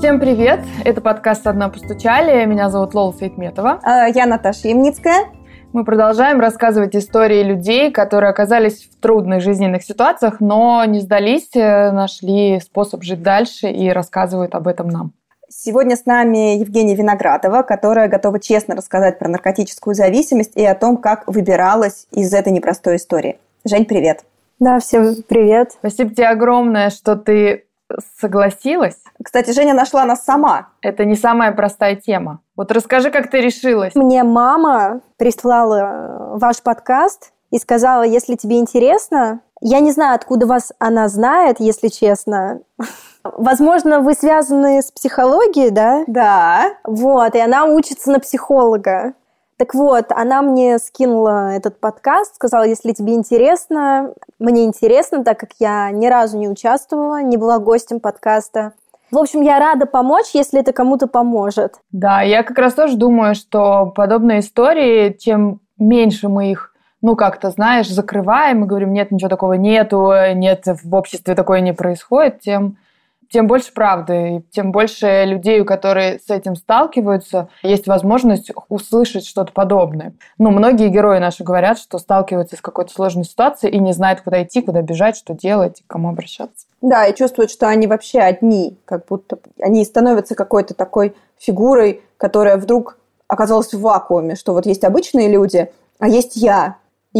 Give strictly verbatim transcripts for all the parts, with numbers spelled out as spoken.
Всем привет! Это подкаст «Одна постучали». Меня зовут Лола Саидметова. А, я Наташа Ямницкая. Мы продолжаем рассказывать истории людей, которые оказались в трудных жизненных ситуациях, но не сдались, нашли способ жить дальше и рассказывают об этом нам. Сегодня с нами Евгения Виноградова, которая готова честно рассказать про наркотическую зависимость и о том, как выбиралась из этой непростой истории. Жень, привет! Да, всем привет! Спасибо тебе огромное, что ты согласилась. Кстати, Женя нашла нас сама. Это не самая простая тема. Вот расскажи, как ты решилась. Мне мама прислала ваш подкаст и сказала, если тебе интересно, я не знаю, откуда вас она знает, если честно. Возможно, вы связаны с психологией, да? Да. Вот, и она учится на психолога. Так вот, она мне скинула этот подкаст, сказала, если тебе интересно, мне интересно, так как я ни разу не участвовала, не была гостем подкаста. В общем, я рада помочь, если это кому-то поможет. Да, я как раз тоже думаю, что подобные истории, чем меньше мы их, ну, как-то, знаешь, закрываем и говорим, нет, ничего такого нету, нет, в обществе такое не происходит, тем... тем больше правды, и тем больше людей, которые с этим сталкиваются, есть возможность услышать что-то подобное. Ну, многие герои наши говорят, что сталкиваются с какой-то сложной ситуацией и не знают, куда идти, куда бежать, что делать, к кому обращаться. Да, и чувствуют, что они вообще одни, как будто они становятся какой-то такой фигурой, которая вдруг оказалась в вакууме, что вот есть обычные люди, а есть я.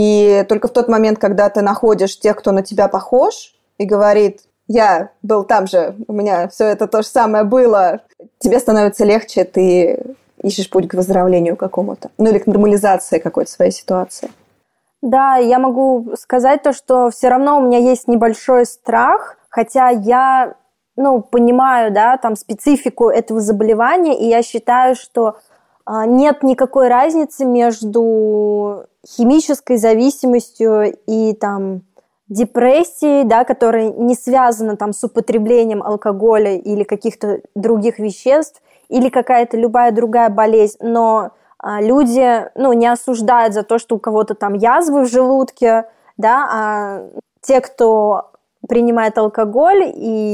И только в тот момент, когда ты находишь тех, кто на тебя похож, и говорит... Я был там же, у меня все это то же самое было. Тебе становится легче, ты ищешь путь к выздоровлению какому-то. Ну или к нормализации какой-то своей ситуации. Да, я могу сказать то, что все равно у меня есть небольшой страх, хотя я, ну, понимаю, да, там специфику этого заболевания, и я считаю, что а, нет никакой разницы между химической зависимостью и там... депрессии, да, которая не связана там с употреблением алкоголя или каких-то других веществ, или какая-то любая другая болезнь, но а, люди, ну, не осуждают за то, что у кого-то там язвы в желудке, да, а те, кто принимает алкоголь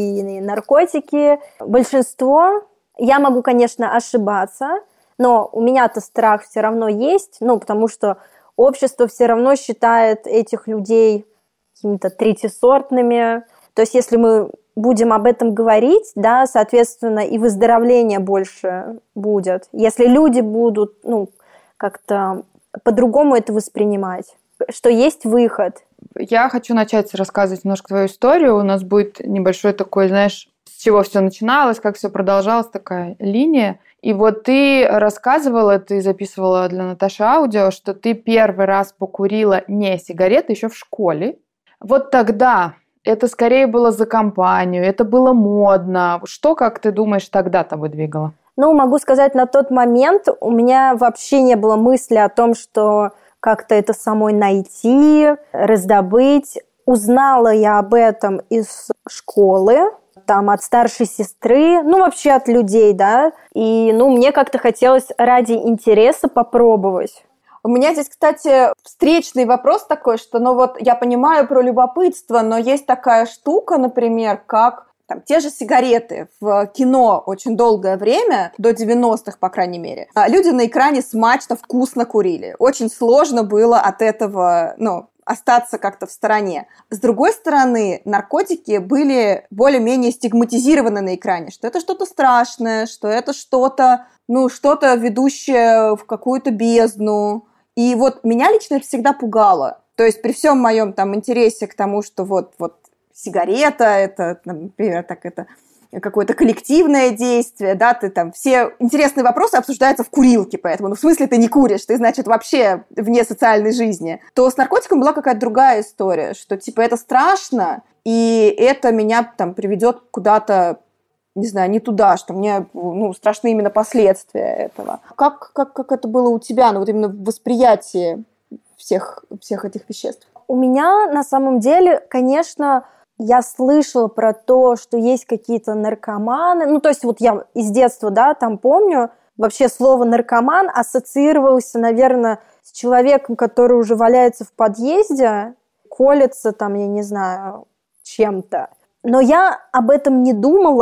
и наркотики, большинство, я могу, конечно, ошибаться, но у меня-то страх все равно есть, ну, потому что общество все равно считает этих людей какими-то третьесортными. То есть, если мы будем об этом говорить, да, соответственно, и выздоровление больше будет. Если люди будут, ну, как-то по-другому это воспринимать, что есть выход. Я хочу начать рассказывать немножко твою историю. У нас будет небольшой такой, знаешь, с чего все начиналось, как все продолжалось, такая линия. И вот ты рассказывала, ты записывала для Наташи аудио, что ты первый раз покурила не сигареты еще в школе. Вот тогда это скорее было за компанию, это было модно. Что, как ты думаешь, тогда тобой двигало? Ну, могу сказать, на тот момент у меня вообще не было мысли о том, что как-то это самой найти, раздобыть. Узнала я об этом из школы, там, от старшей сестры, ну, вообще от людей, да. И, ну, мне как-то хотелось ради интереса попробовать. У меня здесь, кстати, встречный вопрос такой, что, ну вот, я понимаю про любопытство, но есть такая штука, например, как там, те же сигареты. В кино очень долгое время, до девяностых, по крайней мере, люди на экране смачно, вкусно курили. Очень сложно было от этого, ну, остаться как-то в стороне. С другой стороны, наркотики были более-менее стигматизированы на экране, что это что-то страшное, что это что-то, ну, что-то ведущее в какую-то бездну. И вот меня лично это всегда пугало. То есть при всем моем там интересе к тому, что вот, вот сигарета, это, например, так это какое-то коллективное действие, да, ты там, все интересные вопросы обсуждаются в курилке, поэтому, ну, в смысле ты не куришь, ты, значит, вообще вне социальной жизни, то с наркотиком была какая-то другая история, что, типа, это страшно, и это меня там приведет куда-то, не знаю, не туда, что мне, ну, страшны именно последствия этого. Как, как, как это было у тебя, ну, вот именно в восприятии всех, всех этих веществ? У меня, на самом деле, конечно, я слышала про то, что есть какие-то наркоманы. Ну, то есть вот я из детства, да, там помню, вообще слово «наркоман» ассоциировался, наверное, с человеком, который уже валяется в подъезде, колется там, я не знаю, чем-то. Но я об этом не думала.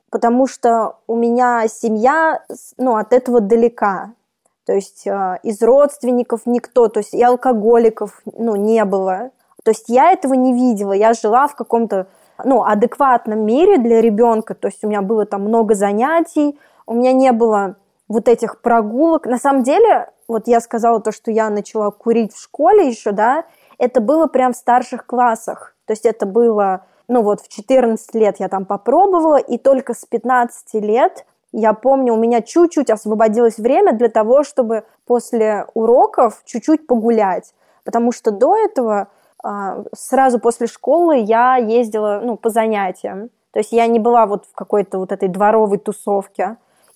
потому что у меня семья, ну, от этого далека. То есть э, из родственников никто, то есть и алкоголиков, ну, не было. То есть я этого не видела, я жила в каком-то, ну, адекватном мире для ребенка, то есть у меня было там много занятий, у меня не было вот этих прогулок. На самом деле, вот я сказала то, что я начала курить в школе еще, да, это было прям в старших классах, то есть это было, ну, вот в четырнадцать лет я там попробовала, и только с пятнадцати лет, я помню, у меня чуть-чуть освободилось время для того, чтобы после уроков чуть-чуть погулять, потому что до этого сразу после школы я ездила, ну, по занятиям. То есть я не была вот в какой-то вот этой дворовой тусовке.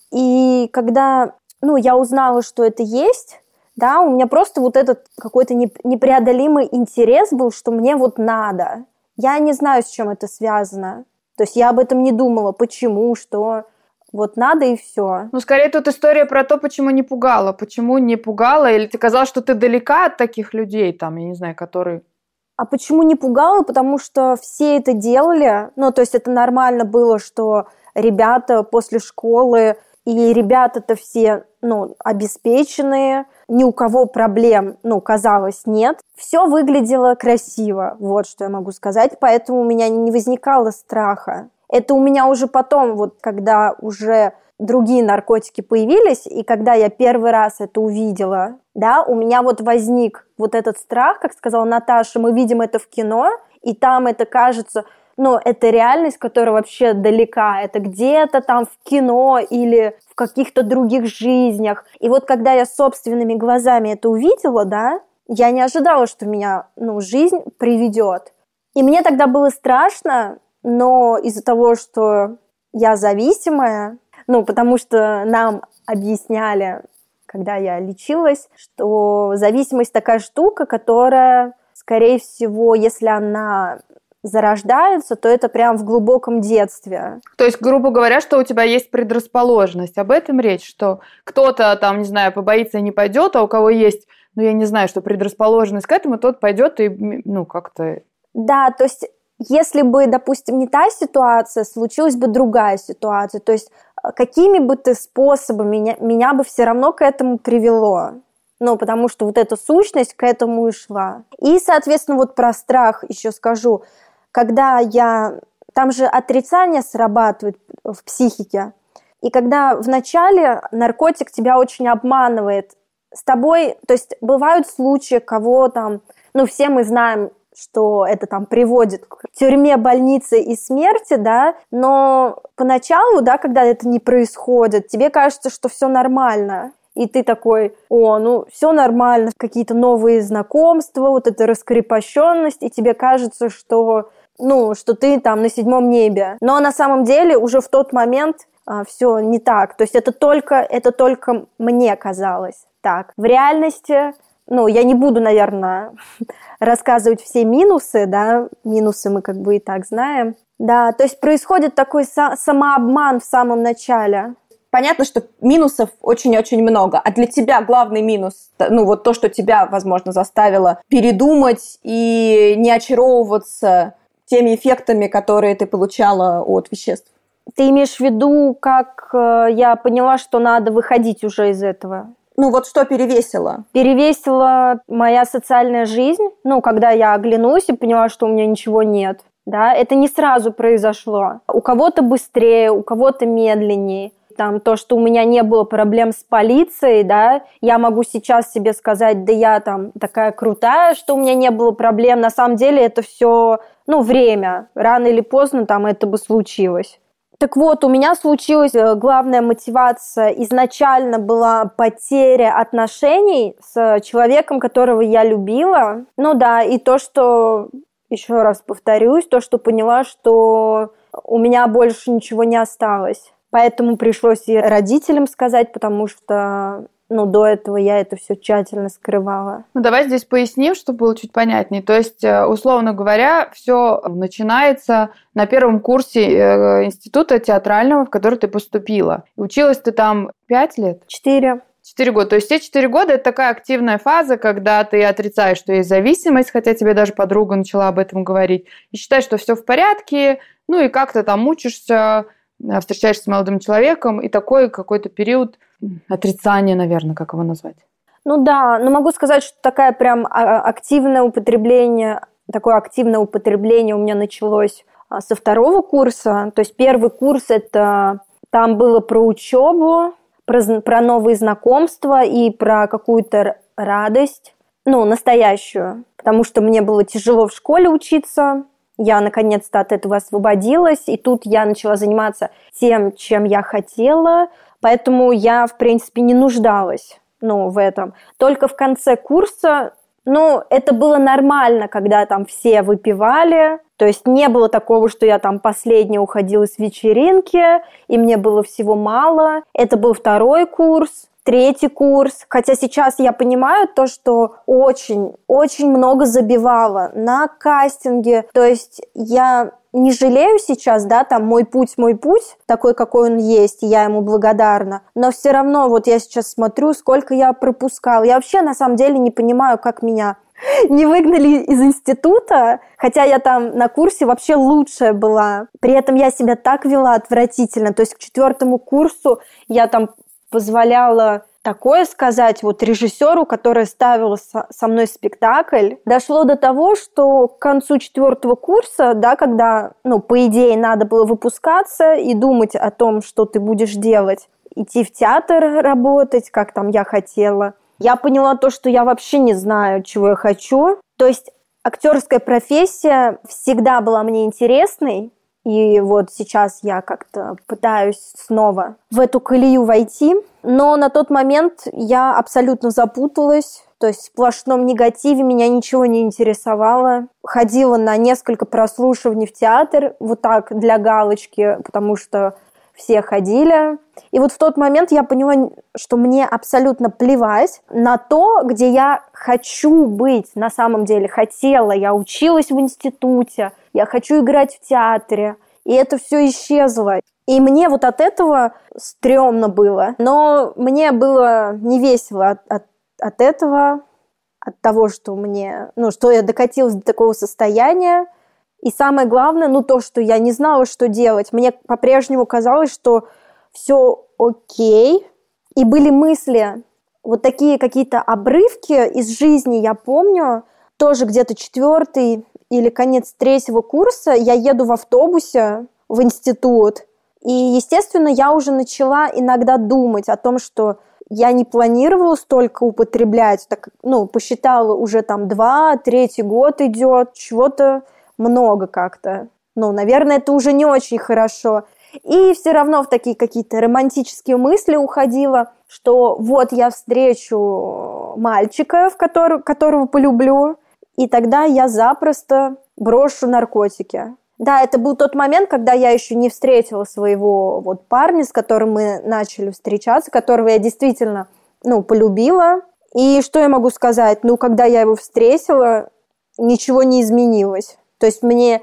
И когда, ну, я узнала, что это есть, да, у меня просто вот этот какой-то непреодолимый интерес был, что мне вот надо. Я не знаю, с чем это связано. То есть я об этом не думала, почему, что... Вот надо и все. Ну, скорее, тут история про то, почему не пугала. Почему не пугала? Или тебе казалось, что ты далека от таких людей, там, я не знаю, которые... А почему не пугало? Потому что все это делали. Ну, то есть это нормально было, что ребята после школы, и ребята-то все, ну, обеспеченные, ни у кого проблем, ну, казалось, нет. Все выглядело красиво, вот что я могу сказать, поэтому у меня не возникало страха. Это у меня уже потом, вот когда уже другие наркотики появились, и когда я первый раз это увидела, да, у меня вот возник вот этот страх, как сказала Наташа, мы видим это в кино, и там это кажется, ну, это реальность, которая вообще далека, это где-то там в кино или в каких-то других жизнях. И вот когда я собственными глазами это увидела, да, я не ожидала, что меня, ну, жизнь приведет. И мне тогда было страшно, но из-за того, что я зависимая, ну, потому что нам объясняли, когда я лечилась, что зависимость такая штука, которая, скорее всего, если она зарождается, то это прям в глубоком детстве. То есть, грубо говоря, что у тебя есть предрасположенность. Об этом речь, что кто-то там, не знаю, побоится и не пойдет, а у кого есть, ну, я не знаю, что предрасположенность к этому, тот пойдет и, ну, как-то... Да, то есть... Если бы, допустим, не та ситуация, случилась бы другая ситуация, то есть какими бы ты способами меня, меня бы все равно к этому привело, ну, потому что вот эта сущность к этому и шла. И, соответственно, вот про страх еще скажу, когда я... Там же отрицание срабатывает в психике, и когда вначале наркотик тебя очень обманывает, с тобой, то есть бывают случаи, кого там, ну, все мы знаем, что это там приводит к тюрьме, больнице и смерти, да, но поначалу, да, когда это не происходит, тебе кажется, что все нормально, и ты такой, о, ну, все нормально, какие-то новые знакомства, вот эта раскрепощенность, и тебе кажется, что, ну, что ты там на седьмом небе, но на самом деле уже в тот момент а, все не так, то есть это только, это только мне казалось так. В реальности... Ну, я не буду, наверное, рассказывать все минусы, да, минусы мы как бы и так знаем. Да, то есть происходит такой самообман в самом начале. Понятно, что минусов очень-очень много, а для тебя главный минус, ну, вот то, что тебя, возможно, заставило передумать и не очаровываться теми эффектами, которые ты получала от веществ. Ты имеешь в виду, как я поняла, что надо выходить уже из этого? Ну, вот что перевесило? Перевесила моя социальная жизнь. Ну, когда я оглянулась и поняла, что у меня ничего нет. Да, это не сразу произошло. У кого-то быстрее, у кого-то медленнее. Там то, что у меня не было проблем с полицией, да, я могу сейчас себе сказать, да я там такая крутая, что у меня не было проблем. На самом деле это все, ну, время. Рано или поздно там это бы случилось. Так вот, у меня случилась главная мотивация. Изначально была потеря отношений с человеком, которого я любила. Ну да, и то, что, еще раз повторюсь, то, что поняла, что у меня больше ничего не осталось. Поэтому пришлось и родителям сказать, потому что... Ну, до этого я это все тщательно скрывала. Ну, давай здесь поясним, чтобы было чуть понятнее. То есть, условно говоря, все начинается на первом курсе института театрального, в который ты поступила. Училась ты там пять лет? Четыре. Четыре года. То есть те четыре года – это такая активная фаза, когда ты отрицаешь, что есть зависимость, хотя тебе даже подруга начала об этом говорить, и считаешь, что все в порядке, ну и как-то там учишься, встречаешься с молодым человеком, и такой какой-то период отрицания, наверное, как его назвать? Ну да, но могу сказать, что такая прям активное употребление, такое активное употребление у меня началось со второго курса. То есть первый курс это там было про учебу, про, про новые знакомства и про какую-то радость, ну, настоящую, потому что мне было тяжело в школе учиться. Я наконец-то от этого освободилась, и тут я начала заниматься тем, чем я хотела, поэтому я, в принципе, не нуждалась, ну, в этом. Только в конце курса, ну, это было нормально, когда там все выпивали, то есть не было такого, что я там последняя уходила с вечеринки, и мне было всего мало. Это был второй курс, третий курс. Хотя сейчас я понимаю то, что очень, очень много забивала на кастинге. То есть я не жалею сейчас, да, там мой путь, мой путь, такой, какой он есть, и я ему благодарна. Но все равно вот я сейчас смотрю, сколько я пропускала. Я вообще на самом деле не понимаю, как меня не выгнали из института, хотя я там на курсе вообще лучшая была. При этом я себя так вела отвратительно. То есть к четвертому курсу я там позволяла такое сказать вот режиссеру, который ставил со, со мной спектакль. Дошло до того, что к концу четвертого курса, да, когда, ну, по идее, надо было выпускаться и думать о том, что ты будешь делать, идти в театр работать, как там я хотела, я поняла то, что я вообще не знаю, чего я хочу. То есть актерская профессия всегда была мне интересной, и вот сейчас я как-то пытаюсь снова в эту колею войти. Но на тот момент я абсолютно запуталась. То есть в сплошном негативе меня ничего не интересовало. Ходила на несколько прослушиваний в театр, вот так, для галочки, потому что все ходили. И вот в тот момент я поняла, что мне абсолютно плевать на то, где я хочу быть. На самом деле хотела. Я училась в институте. Я хочу играть в театре. И это все исчезло. И мне вот от этого стрёмно было. Но мне было не весело от, от, от этого, от того, что мне, ну, что я докатилась до такого состояния. И самое главное, ну, то, что я не знала, что делать. Мне по-прежнему казалось, что все окей. И были мысли, вот такие какие-то обрывки из жизни, я помню, тоже где-то четвертый или конец третьего курса, я еду в автобусе в институт. И, естественно, я уже начала иногда думать о том, что я не планировала столько употреблять. Так, ну, посчитала, уже там два, третий год идет, чего-то много как-то. Ну, наверное, это уже не очень хорошо. И все равно в такие какие-то романтические мысли уходила, что вот я встречу мальчика, в который, которого полюблю, и тогда я запросто брошу наркотики. Да, это был тот момент, когда я еще не встретила своего вот парня, с которым мы начали встречаться, которого я действительно, ну, полюбила. И что я могу сказать? Ну, когда я его встретила, ничего не изменилось. То есть мне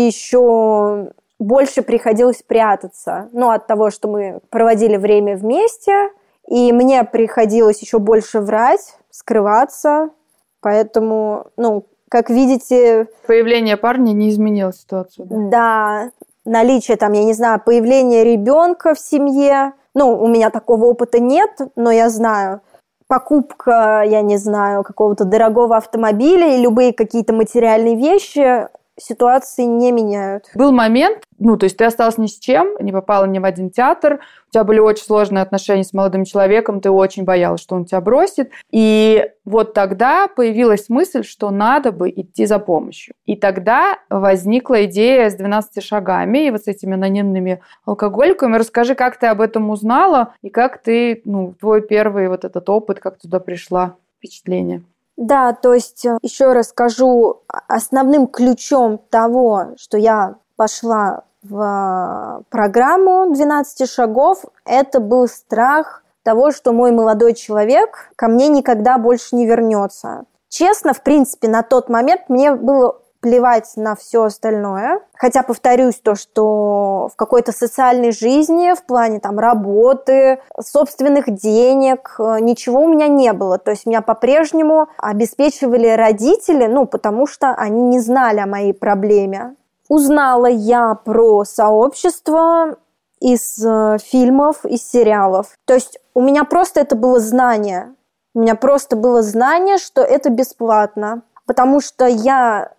еще больше приходилось прятаться, ну, от того, что мы проводили время вместе, и мне приходилось еще больше врать, скрываться, поэтому, ну, как видите... Появление парня не изменило ситуацию, да? Да, наличие там, я не знаю, появление ребенка в семье, ну, у меня такого опыта нет, но я знаю, покупка, я не знаю, какого-то дорогого автомобиля и любые какие-то материальные вещи ситуации не меняют. Был момент, ну, то есть ты осталась ни с чем, не попала ни в один театр, у тебя были очень сложные отношения с молодым человеком, ты очень боялась, что он тебя бросит, и вот тогда появилась мысль, что надо бы идти за помощью. И тогда возникла идея с двенадцатью шагами и вот с этими анонимными алкоголиками. Расскажи, как ты об этом узнала, и как ты, ну, твой первый вот этот опыт, как туда пришла, впечатление? Да, то есть еще раз скажу, основным ключом того, что я пошла в программу двенадцать шагов, это был страх того, что мой молодой человек ко мне никогда больше не вернется. Честно, в принципе, на тот момент мне было плевать на все остальное. Хотя, повторюсь, то, что в какой-то социальной жизни, в плане там работы, собственных денег, ничего у меня не было. То есть меня по-прежнему обеспечивали родители, ну, потому что они не знали о моей проблеме. Узнала я про сообщество из э, фильмов, из сериалов. То есть у меня просто это было знание. У меня просто было знание, что это бесплатно. Потому что я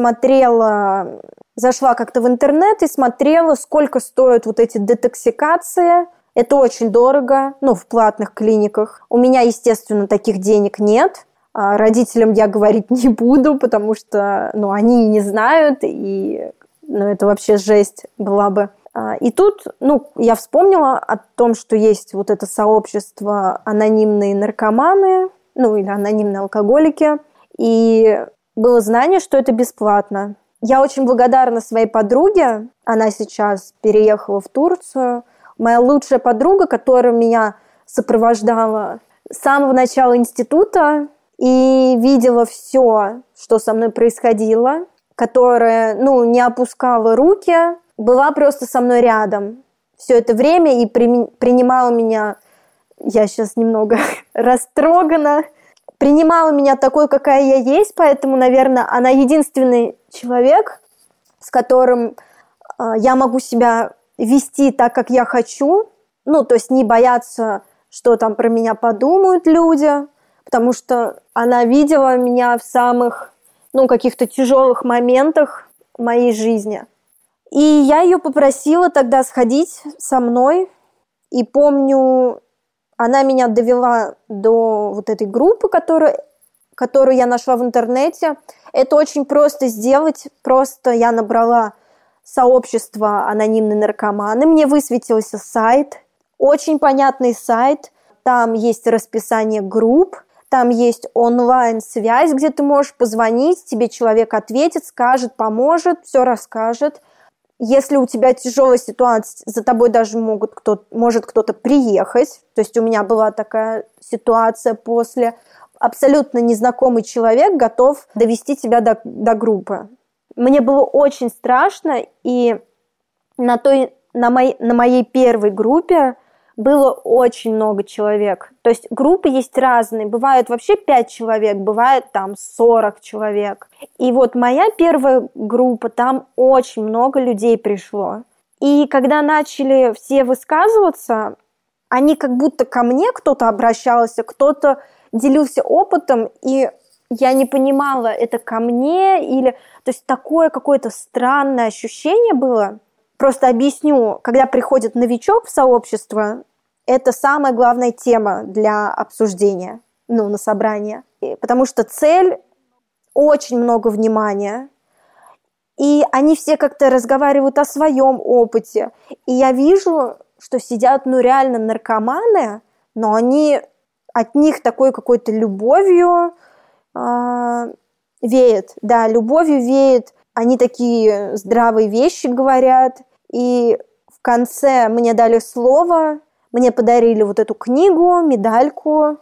смотрела, зашла как-то в интернет и смотрела, сколько стоят вот эти детоксикации. Это очень дорого, ну, в платных клиниках. У меня, естественно, таких денег нет. А родителям я говорить не буду, потому что, ну, они не знают, и, ну, это вообще жесть была бы. И тут, ну, я вспомнила о том, что есть вот это сообщество анонимные наркоманы, ну, или анонимные алкоголики, и было знание, что это бесплатно. Я очень благодарна своей подруге, она сейчас переехала в Турцию. Моя лучшая подруга, которая меня сопровождала с самого начала института и видела все, что со мной происходило, которая, ну, не опускала руки, была просто со мной рядом все это время и при, принимала меня, я сейчас немного растрогана, принимала меня такой, какая я есть, поэтому, наверное, она единственный человек, с которым э, я могу себя вести так, как я хочу, ну, то есть не бояться, что там про меня подумают люди, потому что она видела меня в самых, ну, каких-то тяжелых моментах моей жизни. И я ее попросила тогда сходить со мной. И помню, она меня довела до вот этой группы, которую, которую я нашла в интернете. Это очень просто сделать. Просто я набрала сообщество анонимные наркоманы. Мне высветился сайт. Очень понятный сайт. Там есть расписание групп. Там есть онлайн-связь, где ты можешь позвонить. Тебе человек ответит, скажет, поможет, все расскажет. Если у тебя тяжелая ситуация, за тобой даже могут кто, может кто-то приехать. То есть у меня была такая ситуация после. Абсолютно незнакомый человек готов довести тебя до, до группы. Мне было очень страшно, и на, той, на, моей, на моей первой группе было очень много человек. То есть группы есть разные. Бывает вообще пять человек, бывает там сорок человек. И вот моя первая группа, там очень много людей пришло. И когда начали все высказываться, они как будто ко мне кто-то обращался, кто-то делился опытом, и я не понимала, это ко мне или... То есть такое какое-то странное ощущение было. Просто объясню, когда приходит новичок в сообщество, это самая главная тема для обсуждения, ну, на собрание. Потому что цель – очень много внимания. И они все как-то разговаривают о своем опыте. И я вижу, что сидят, ну, реально наркоманы, но они от них такой какой-то любовью э, веет. Да, любовью веет. Они такие здравые вещи говорят. И в конце мне дали слово, мне подарили вот эту книгу, медальку,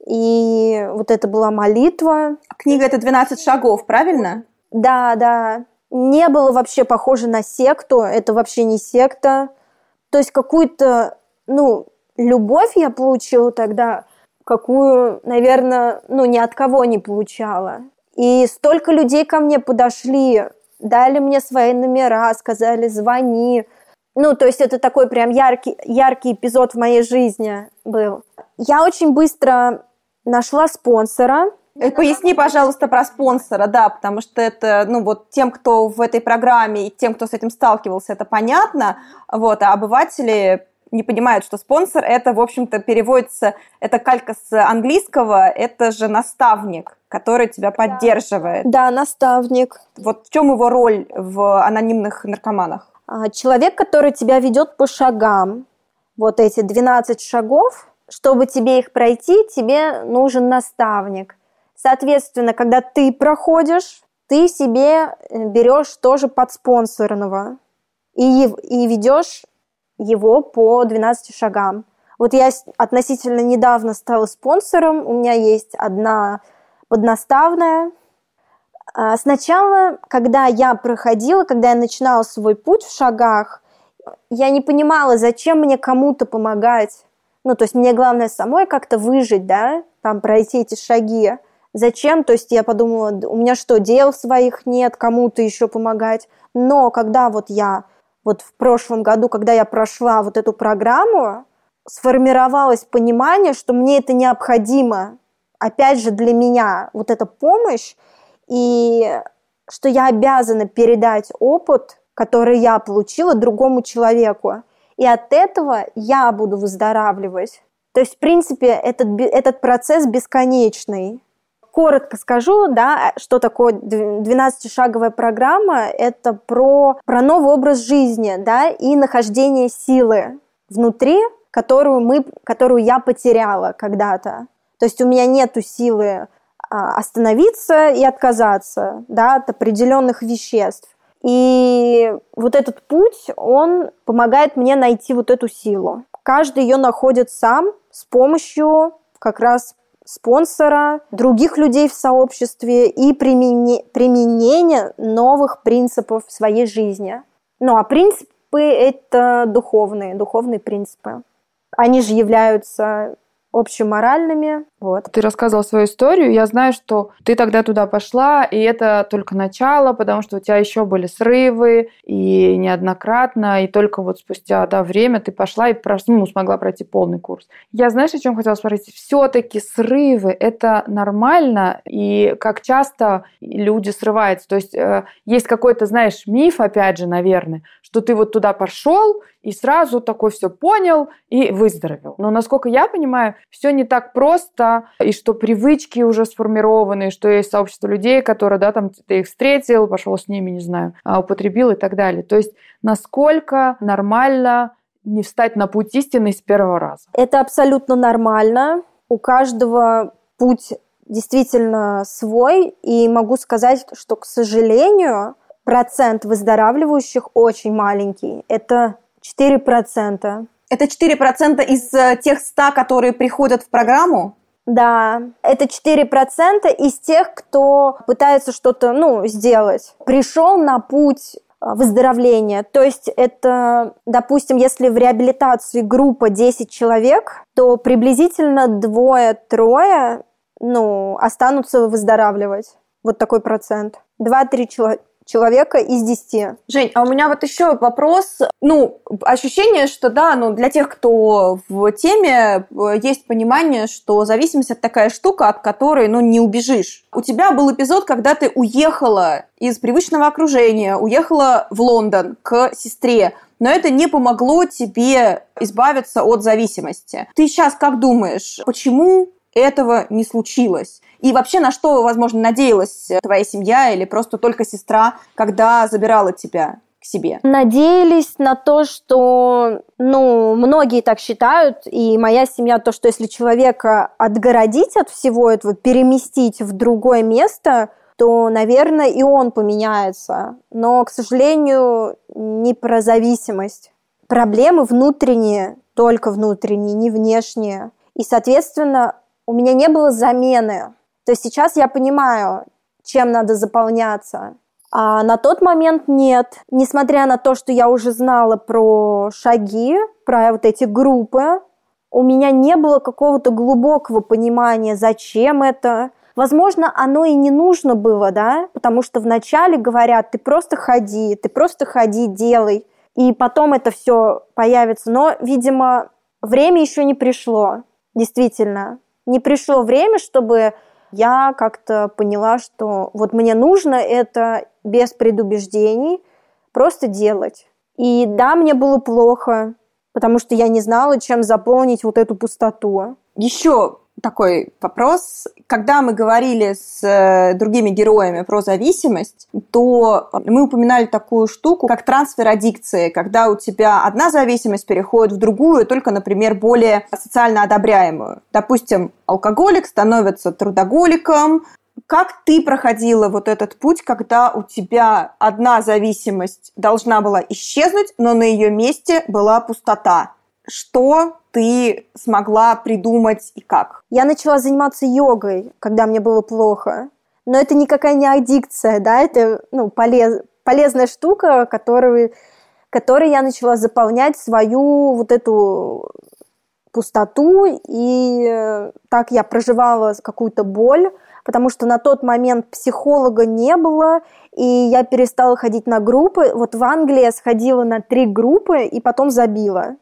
и вот это была молитва. Книга – это двенадцать шагов, правильно? Да, да. Не было вообще похоже на секту, это вообще не секта. То есть какую-то, ну, любовь я получила тогда, какую, наверное, ну, ни от кого не получала. И столько людей ко мне подошли, дали мне свои номера, сказали «звони». Ну, то есть это такой прям яркий, яркий эпизод в моей жизни был. Я очень быстро нашла спонсора. Поясни, пожалуйста, про спонсора, да, потому что это, ну, вот тем, кто в этой программе и тем, кто с этим сталкивался, это понятно, вот, а обыватели не понимают, что спонсор, это, в общем-то, переводится, это калька с английского, это же наставник, который тебя поддерживает. Да, наставник. Вот в чем его роль в анонимных наркоманах? Человек, который тебя ведет по шагам, вот эти двенадцать шагов, чтобы тебе их пройти, тебе нужен наставник. Соответственно, когда ты проходишь, ты себе берешь тоже подспонсорного и, и ведешь его по двенадцати шагам. Вот я относительно недавно стала спонсором, у меня есть одна поднаставная. Сначала, когда я проходила, когда я начинала свой путь в шагах, я не понимала, зачем мне кому-то помогать. Ну, то есть мне главное самой как-то выжить, да, там пройти эти шаги. Зачем? То есть я подумала, у меня что, дел своих нет, кому-то еще помогать. Но когда вот я вот в прошлом году, когда я прошла вот эту программу, сформировалось понимание, что мне это необходимо, опять же, для меня вот эта помощь, и что я обязана передать опыт, который я получила, другому человеку. И от этого я буду выздоравливать. То есть, в принципе, этот, этот процесс бесконечный. Коротко скажу, да, что такое двенадцатишаговая программа. Это про, про новый образ жизни, да, и нахождение силы внутри, которую, мы, которую я потеряла когда-то. То есть у меня нету силы а, остановиться и отказаться, да, от определенных веществ. И вот этот путь, он помогает мне найти вот эту силу. Каждый ее находит сам с помощью как раз спонсора, других людей в сообществе и примени- применения новых принципов в своей жизни. Ну, а принципы – это духовные, духовные принципы. Они же являются общеморальными. Вот. Ты рассказывала свою историю. Я знаю, что ты тогда туда пошла, и это только начало, потому что у тебя еще были срывы, и неоднократно, и только вот спустя да, время ты пошла и ну, смогла пройти полный курс. Я, знаешь, о чем хотела спросить? Все-таки срывы – это нормально, и как часто люди срываются? То есть э, есть какой-то, знаешь, миф, опять же, наверное, что ты вот туда пошел, и сразу такой все понял и выздоровел. Но, насколько я понимаю, все не так просто, и что привычки уже сформированы, и что есть сообщество людей, которые, да, там, ты их встретил, пошел с ними, не знаю, употребил и так далее. То есть насколько нормально не встать на путь истины с первого раза? Это абсолютно нормально. У каждого путь действительно свой, и могу сказать, что, к сожалению, процент выздоравливающих очень маленький. Это четыре процента. Это четыре процента из тех ста, которые приходят в программу? Да, это четыре процента из тех, кто пытается что-то, ну, сделать. Пришел на путь выздоровления. То есть это, допустим, если в реабилитации группа десять человек, то приблизительно двое-трое, ну, останутся выздоравливать. Вот такой процент. Два-три человека. человека из десяти. Жень, а у меня вот еще вопрос. Ну, ощущение, что да, ну, для тех, кто в теме, есть понимание, что зависимость – это такая штука, от которой, ну, не убежишь. У тебя был эпизод, когда ты уехала из привычного окружения, уехала в Лондон к сестре, но это не помогло тебе избавиться от зависимости. Ты сейчас как думаешь, почему этого не случилось? И вообще, на что, возможно, надеялась твоя семья или просто только сестра, когда забирала тебя к себе? Надеялись на то, что, ну, многие так считают, и моя семья, то, что если человека отгородить от всего этого, переместить в другое место, то, наверное, и он поменяется. Но, к сожалению, не про зависимость. Проблемы внутренние, только внутренние, не внешние. И, соответственно, у меня не было замены. То есть сейчас я понимаю, чем надо заполняться. А на тот момент нет. Несмотря на то, что я уже знала про шаги, про вот эти группы, у меня не было какого-то глубокого понимания, зачем это. Возможно, оно и не нужно было, да, потому что вначале говорят, ты просто ходи, ты просто ходи, делай, и потом это все появится. Но, видимо, время еще не пришло, действительно. Не пришло время, чтобы я как-то поняла, что вот мне нужно это без предубеждений просто делать. И да, мне было плохо, потому что я не знала, чем заполнить вот эту пустоту. Еще такой вопрос. Когда мы говорили с другими героями про зависимость, то мы упоминали такую штуку, как трансфер аддикции, когда у тебя одна зависимость переходит в другую, только, например, более социально одобряемую. Допустим, алкоголик становится трудоголиком. Как ты проходила вот этот путь, когда у тебя одна зависимость должна была исчезнуть, но на ее месте была пустота? Что ты смогла придумать и как? Я начала заниматься йогой, когда мне было плохо. Но это никакая не аддикция, да, это ну, полез, полезная штука, которую, которой я начала заполнять свою вот эту пустоту. И так я проживала какую-то боль, потому что на тот момент психолога не было, и я перестала ходить на группы. Вот в Англии я сходила на три группы и потом забила.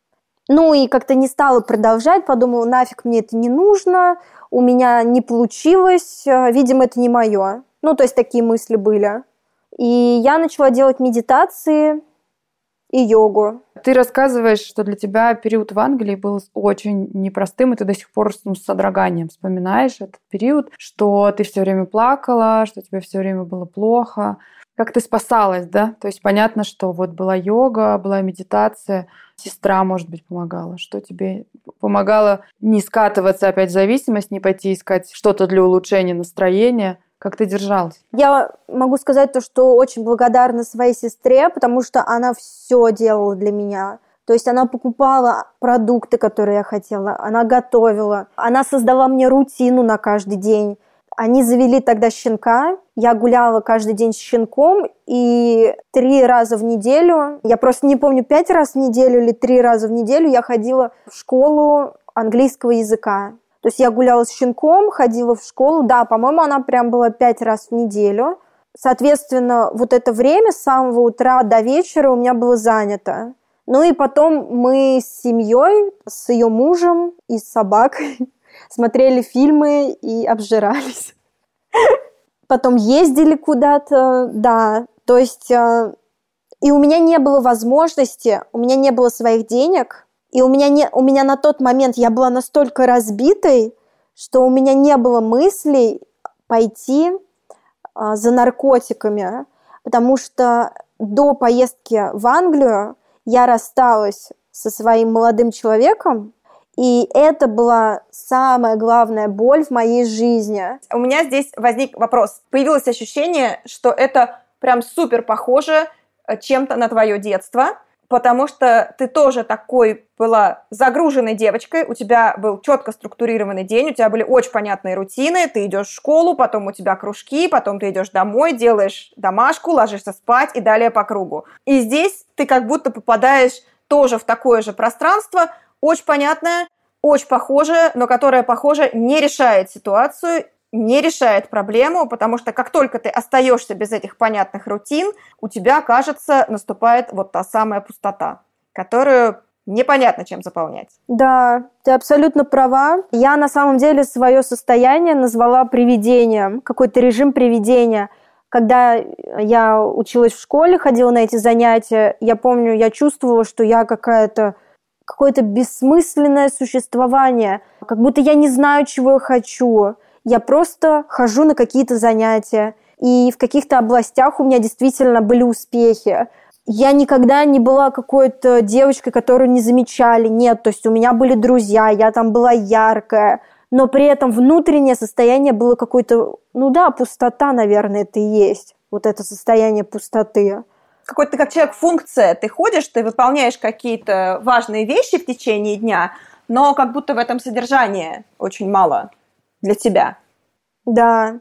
Ну и как-то не стала продолжать, подумала, нафиг мне это не нужно, у меня не получилось, видимо, это не мое. Ну, то есть такие мысли были. И я начала делать медитации и йогу. Ты рассказываешь, что для тебя период в Англии был очень непростым, и ты до сих пор ну, с содроганием вспоминаешь этот период, что ты все время плакала, что тебе все время было плохо. Как ты спасалась, да? То есть понятно, что вот была йога, была медитация, сестра, может быть, помогала. Что тебе помогало не скатываться опять в зависимость, не пойти искать что-то для улучшения настроения? Как ты держалась? Я могу сказать то, что очень благодарна своей сестре, потому что она все делала для меня. То есть она покупала продукты, которые я хотела, она готовила, она создала мне рутину на каждый день. Они завели тогда щенка, я гуляла каждый день с щенком, и три раза в неделю, я просто не помню, пять раз в неделю или три раза в неделю я ходила в школу английского языка. То есть я гуляла с щенком, ходила в школу. Да, по-моему, она прям была пять раз в неделю. Соответственно, вот это время с самого утра до вечера у меня было занято. Ну и потом мы с семьей, с ее мужем и с собакой смотрели фильмы и обжирались. Потом ездили куда-то, да. То есть и у меня не было возможности, у меня не было своих денег. И у меня, не, у меня на тот момент я была настолько разбитой, что у меня не было мыслей пойти а, за наркотиками, потому что до поездки в Англию я рассталась со своим молодым человеком, и это была самая главная боль в моей жизни. У меня здесь возник вопрос. Появилось ощущение, что это прям супер похоже чем-то на твое детство, потому что ты тоже такой была загруженной девочкой, у тебя был четко структурированный день, у тебя были очень понятные рутины, ты идешь в школу, потом у тебя кружки, потом ты идешь домой, делаешь домашку, ложишься спать и далее по кругу. И здесь ты как будто попадаешь тоже в такое же пространство, очень понятное, очень похожее, но которое, похоже, не решает ситуацию, не решает проблему, потому что как только ты остаешься без этих понятных рутин, у тебя, кажется, наступает вот та самая пустота, которую непонятно чем заполнять. Да, ты абсолютно права. Я на самом деле свое состояние назвала привидением, какой-то режим привидения. Когда я училась в школе, ходила на эти занятия, я помню, я чувствовала, что я какая-то какое-то бессмысленное существование, как будто я не знаю, чего я хочу. Я просто хожу на какие-то занятия, и в каких-то областях у меня действительно были успехи. Я никогда не была какой-то девочкой, которую не замечали. Нет, то есть у меня были друзья, я там была яркая, но при этом внутреннее состояние было какое-то, ну да, пустота, наверное, это и есть. Вот это состояние пустоты. Какой-то ты как человек-функция. Ты ходишь, ты выполняешь какие-то важные вещи в течение дня, но как будто в этом содержания очень мало для тебя. Да.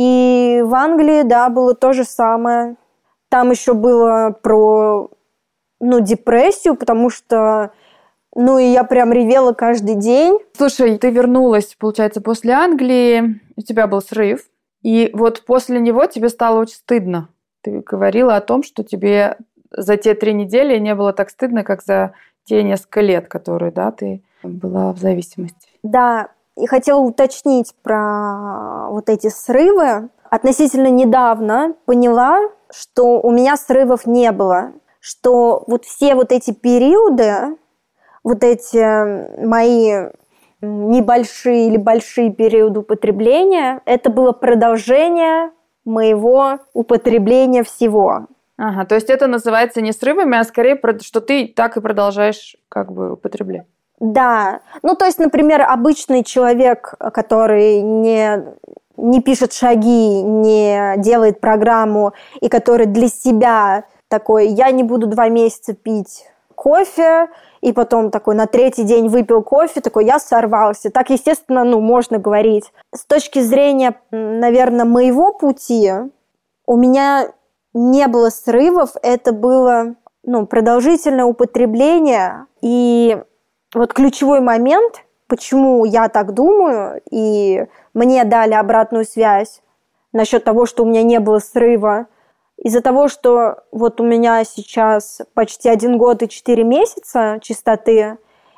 И в Англии, да, было то же самое. Там еще было про, ну, депрессию, потому что, ну, и я прям ревела каждый день. Слушай, ты вернулась, получается, после Англии, у тебя был срыв, и вот после него тебе стало очень стыдно. Ты говорила о том, что тебе за те три недели не было так стыдно, как за те несколько лет, которые, да, ты была в зависимости. Да, и хотела уточнить про вот эти срывы. Относительно недавно поняла, что у меня срывов не было, что вот все вот эти периоды, вот эти мои небольшие или большие периоды употребления, это было продолжение моего употребления всего. Ага, то есть это называется не срывами, а скорее, что ты так и продолжаешь как бы употреблять. Да. Ну, то есть, например, обычный человек, который не, не пишет шаги, не делает программу, и который для себя такой, я не буду два месяца пить кофе, и потом такой на третий день выпил кофе, такой, я сорвался. Так, естественно, ну, можно говорить. С точки зрения, наверное, моего пути, у меня не было срывов, это было, ну, продолжительное употребление, и вот ключевой момент почему я так думаю, и мне дали обратную связь насчет того, что у меня не было срыва. Из-за того, что вот у меня сейчас почти один год и четыре месяца чистоты,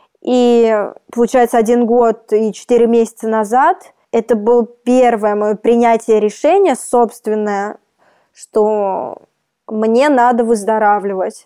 и получается один год и четыре месяца назад это было первое мое принятие решения собственное, что мне надо выздоравливать.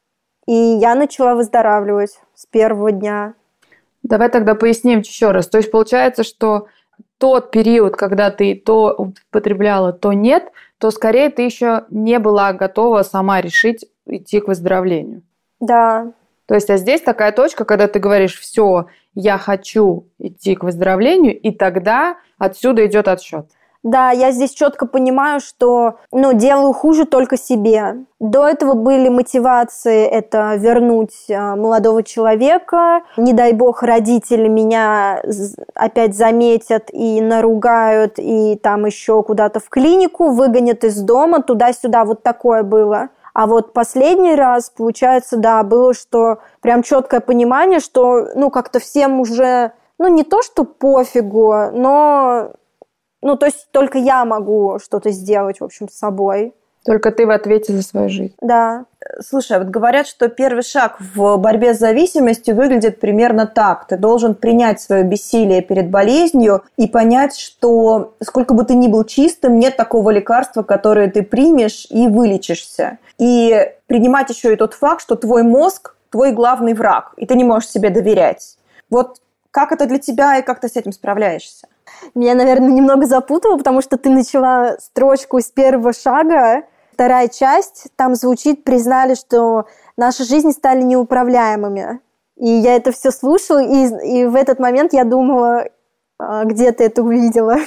И я начала выздоравливать с первого дня. Давай тогда поясним еще раз. То есть получается, что тот период, когда ты то употребляла, то нет, то скорее ты еще не была готова сама решить идти к выздоровлению. Да. То есть, а здесь такая точка, когда ты говоришь, все, я хочу идти к выздоровлению, и тогда отсюда идет отсчет. Да, я здесь четко понимаю, что ну, делаю хуже только себе. До этого были мотивации это вернуть молодого человека. Не дай бог, родители меня опять заметят и наругают, и там еще куда-то в клинику выгонят из дома, туда-сюда. Вот такое было. А вот последний раз, получается, да, было, что прям четкое понимание, что ну как-то всем уже, ну не то, что пофигу, но... Ну, то есть только я могу что-то сделать, в общем, с собой. Только ты в ответе за свою жизнь. Да. Слушай, вот говорят, что первый шаг в борьбе с зависимостью выглядит примерно так. Ты должен принять свое бессилие перед болезнью и понять, что сколько бы ты ни был чистым, нет такого лекарства, которое ты примешь и вылечишься. И принимать еще и тот факт, что твой мозг – твой главный враг, и ты не можешь себе доверять. Вот как это для тебя и как ты с этим справляешься? Меня, наверное, немного запутало, потому что ты начала строчку с первого шага. Вторая часть, там звучит, признали, что наши жизни стали неуправляемыми. И я это все слушала, и, и в этот момент я думала, где ты это увидела,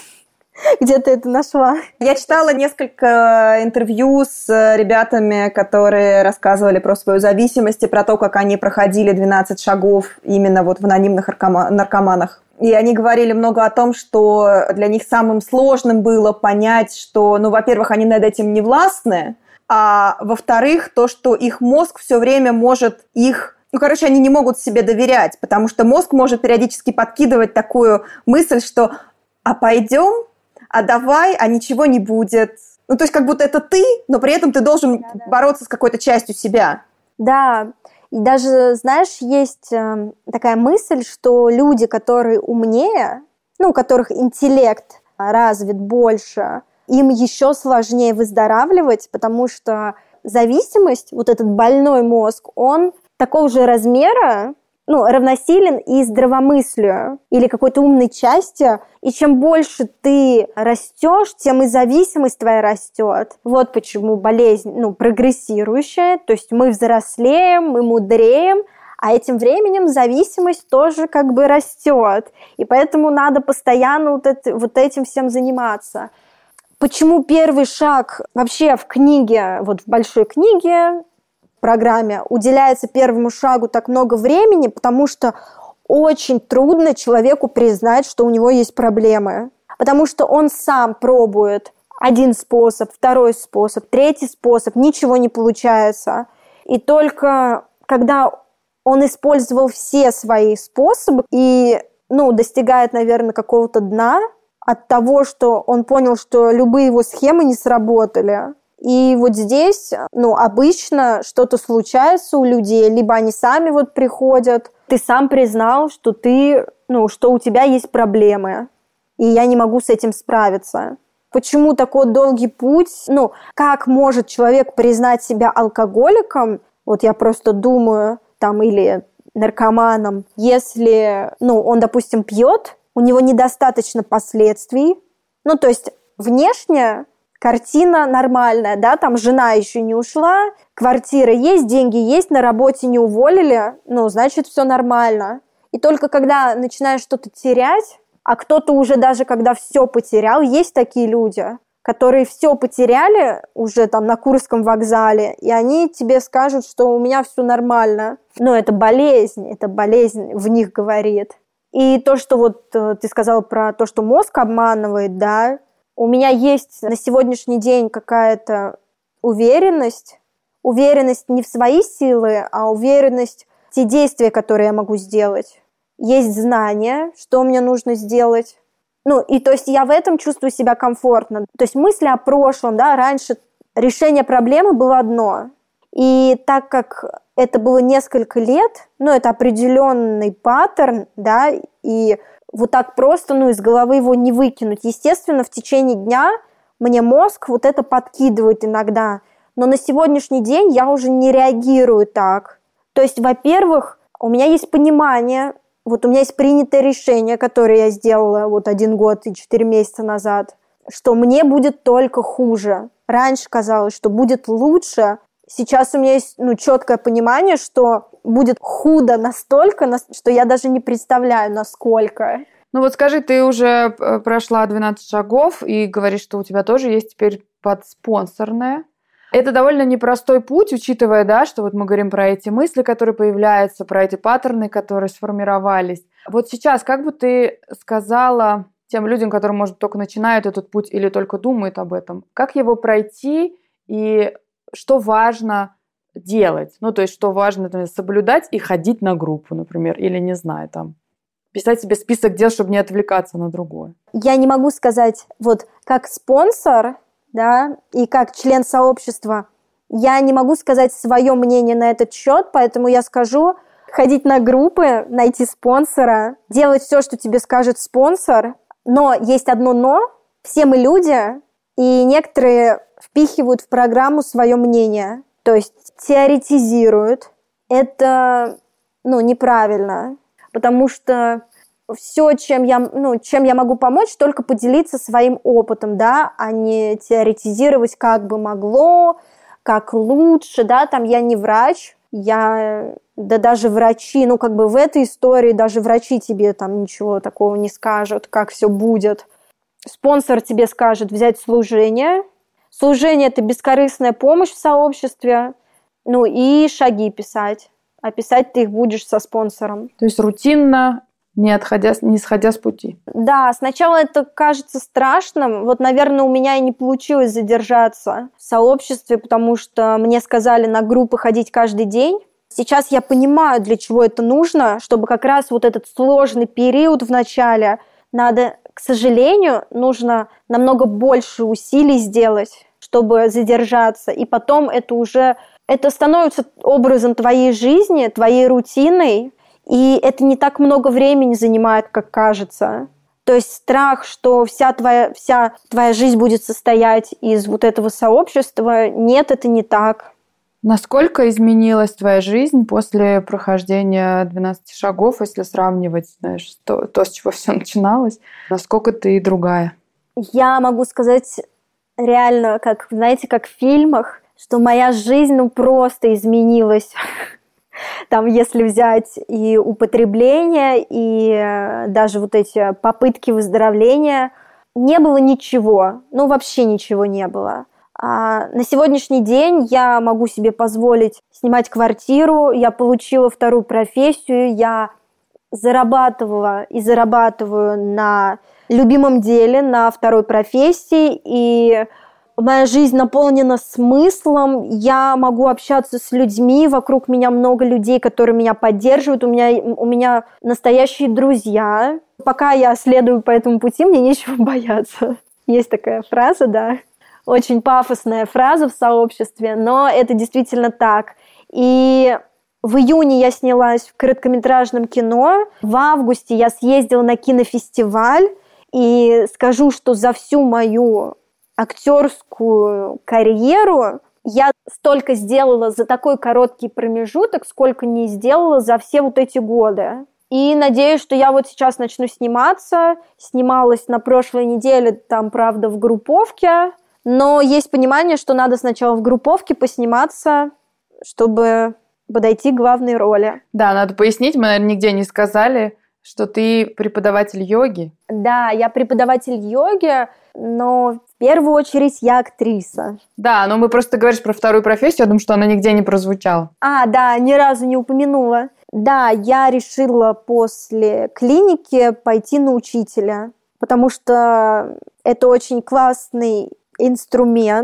где ты это нашла. Я читала несколько интервью с ребятами, которые рассказывали про свою зависимость и про то, как они проходили двенадцать шагов именно вот в анонимных наркоманах. И они говорили много о том, что для них самым сложным было понять, что, ну, во-первых, они над этим не властны, а во-вторых, то, что их мозг все время может их... Ну, короче, они не могут себе доверять, потому что мозг может периодически подкидывать такую мысль, что «а пойдем? А давай? А ничего не будет». Ну, то есть как будто это ты, но при этом ты должен да, да. бороться с какой-то частью себя. Да, и даже, знаешь, есть э, такая мысль, что люди, которые умнее, ну, у которых интеллект развит больше, им еще сложнее выздоравливать, потому что зависимость, вот этот больной мозг, он такого же размера, ну, равносилен и здравомыслию или какой-то умной части. И чем больше ты растешь, тем и зависимость твоя растет. Вот почему болезнь, ну, прогрессирующая. То есть мы взрослеем, мы мудреем, а этим временем зависимость тоже как бы растет. И поэтому надо постоянно вот, это, вот этим всем заниматься. Почему первый шаг вообще в книге, вот в большой книге, программе уделяется первому шагу так много времени, потому что очень трудно человеку признать, что у него есть проблемы. Потому что он сам пробует один способ, второй способ, третий способ, ничего не получается. И только когда он использовал все свои способы и ну, достигает, наверное, какого-то дна от того, что он понял, что любые его схемы не сработали. И вот здесь, ну, обычно что-то случается у людей, либо они сами вот приходят, ты сам признал, что ты, ну, что у тебя есть проблемы, и я не могу с этим справиться. Почему такой долгий путь? Ну, как может человек признать себя алкоголиком? Вот я просто думаю, там, или наркоманом, если, ну, он, допустим, пьет, у него недостаточно последствий, ну, то есть внешне картина нормальная, да, там жена еще не ушла, квартира есть, деньги есть, на работе не уволили, ну, значит, все нормально. И только когда начинаешь что-то терять, а кто-то уже даже когда все потерял, есть такие люди, которые все потеряли уже там на Курском вокзале, и они тебе скажут, что у меня все нормально. Но это болезнь, это болезнь в них говорит. И то, что вот ты сказала про то, что мозг обманывает, да, у меня есть на сегодняшний день какая-то уверенность, уверенность не в свои силы, а уверенность в те действия, которые я могу сделать. есть знания, что мне нужно сделать. Ну, и то есть я в этом чувствую себя комфортно. То есть мысли о прошлом, да, раньше решение проблемы было одно. И так как это было несколько лет, ну, это определенный паттерн, да, и вот так просто, ну, из головы его не выкинуть. Естественно, в течение дня мне мозг вот это подкидывает иногда, но на сегодняшний день я уже не реагирую так. То есть, во-первых, у меня есть понимание, вот у меня есть принятое решение, которое я сделала вот один год и четыре месяца назад, что мне будет только хуже. Раньше казалось, что будет лучше. Сейчас у меня есть, ну, четкое понимание, что будет худо настолько, что я даже не представляю, насколько. Ну вот скажи, ты уже прошла двенадцать шагов и говоришь, что у тебя тоже есть теперь подспонсорное. Это довольно непростой путь, учитывая, да, что вот мы говорим про эти мысли, которые появляются, про эти паттерны, которые сформировались. Вот сейчас, как бы ты сказала тем людям, которые, может, только начинают этот путь или только думают об этом, как его пройти и что важно делать? Ну, то есть, что важно, например, соблюдать и ходить на группу, например, или, не знаю, там, писать себе список дел, чтобы не отвлекаться на другое. Я не могу сказать, вот, как спонсор, да, и как член сообщества, я не могу сказать свое мнение на этот счет, поэтому я скажу, ходить на группы, найти спонсора, делать все, что тебе скажет спонсор, но есть одно но, все мы люди, и некоторые впихивают в программу свое мнение, то есть теоретизируют. Это, ну, неправильно, потому что все, чем я, ну, чем я могу помочь, только поделиться своим опытом, да, а не теоретизировать, как бы могло, как лучше, да, там я не врач, я, да даже врачи, ну, как бы в этой истории даже врачи тебе там ничего такого не скажут, как все будет. Спонсор тебе скажет взять служение. Служение – это бескорыстная помощь в сообществе, ну, и шаги писать. А писать ты их будешь со спонсором. То есть рутинно, не отходя, не сходя с пути. Да, сначала это кажется страшным. Вот, наверное, у меня и не получилось задержаться в сообществе, потому что мне сказали на группы ходить каждый день. Сейчас я понимаю, для чего это нужно, чтобы как раз вот этот сложный период в начале надо, к сожалению, нужно намного больше усилий сделать, чтобы задержаться. И потом это уже, это становится образом твоей жизни, твоей рутиной. И это не так много времени занимает, как кажется. То есть страх, что вся твоя, вся твоя жизнь будет состоять из вот этого сообщества, нет, это не так. Насколько изменилась твоя жизнь после прохождения двенадцати шагов, если сравнивать, знаешь, то, то, с чего все начиналось? Насколько ты другая? Я могу сказать реально, как, знаете, как в фильмах, что моя жизнь, ну, просто изменилась. Там, если взять и употребление, и даже вот эти попытки выздоровления, не было ничего, ну вообще ничего не было. А на сегодняшний день я могу себе позволить снимать квартиру, я получила вторую профессию, я зарабатывала и зарабатываю на любимом деле, на второй профессии, и моя жизнь наполнена смыслом, я могу общаться с людьми, вокруг меня много людей, которые меня поддерживают, у меня, у меня настоящие друзья. Пока я следую по этому пути, мне нечего бояться. Есть такая фраза, да, очень пафосная фраза в сообществе, но это действительно так. И в июне я снялась в короткометражном кино, в августе я съездила на кинофестиваль, и скажу, что за всю мою актерскую карьеру я столько сделала за такой короткий промежуток, сколько не сделала за все вот эти годы. И надеюсь, что я вот сейчас начну сниматься. Снималась на прошлой неделе, там, правда, в групповке. Но есть понимание, что надо сначала в групповке посниматься, чтобы подойти к главной роли. Да, надо пояснить, мы, наверное, нигде не сказали, что ты преподаватель йоги. Да, я преподаватель йоги, но в первую очередь я актриса. Да, но мы просто говоришь про вторую профессию, я думаю, что она нигде не прозвучала. А, да, ни разу не упомянула. Да, я решила после клиники пойти на учителя, потому что это очень классный инструмент.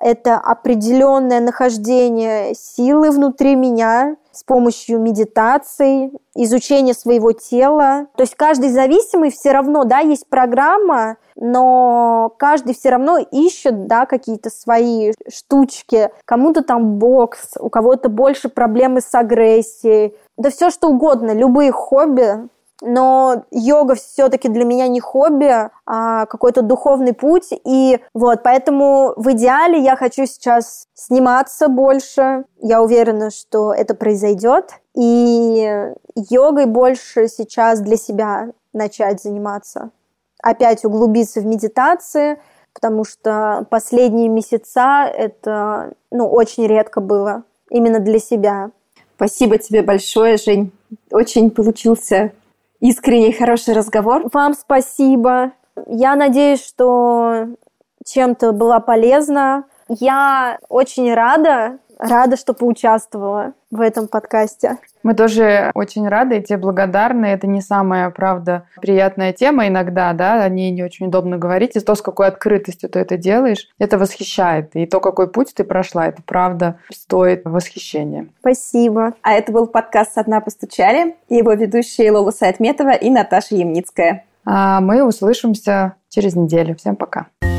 это определенное нахождение силы внутри меня с помощью медитации, изучения своего тела. То есть каждый зависимый все равно, да, есть программа, но каждый все равно ищет, да, какие-то свои штучки. Кому-то там бокс, у кого-то больше проблемы с агрессией. Да все что угодно, любые хобби. Но йога все-таки для меня не хобби, а какой-то духовный путь. И вот, поэтому в идеале я хочу сейчас сниматься больше. Я уверена, что это произойдет. И йогой больше сейчас для себя начать заниматься. Опять углубиться в медитации, потому что последние месяца это, ну, очень редко было именно для себя. Спасибо тебе большое, Жень. Очень получился искренний, хороший разговор. Вам спасибо. Я надеюсь, что чем-то была полезна. Я очень рада, рада, что поучаствовала в этом подкасте. Мы тоже очень рады и тебе благодарны. Это не самая, правда, приятная тема иногда, да, о ней не очень удобно говорить. И то, с какой открытостью ты это делаешь, это восхищает. И то, какой путь ты прошла, это, правда, стоит восхищения. Спасибо. А это был подкаст «Со дна постучали», и его ведущие Лола Сайтметова и Наташа Ямницкая. А мы услышимся через неделю. Всем пока.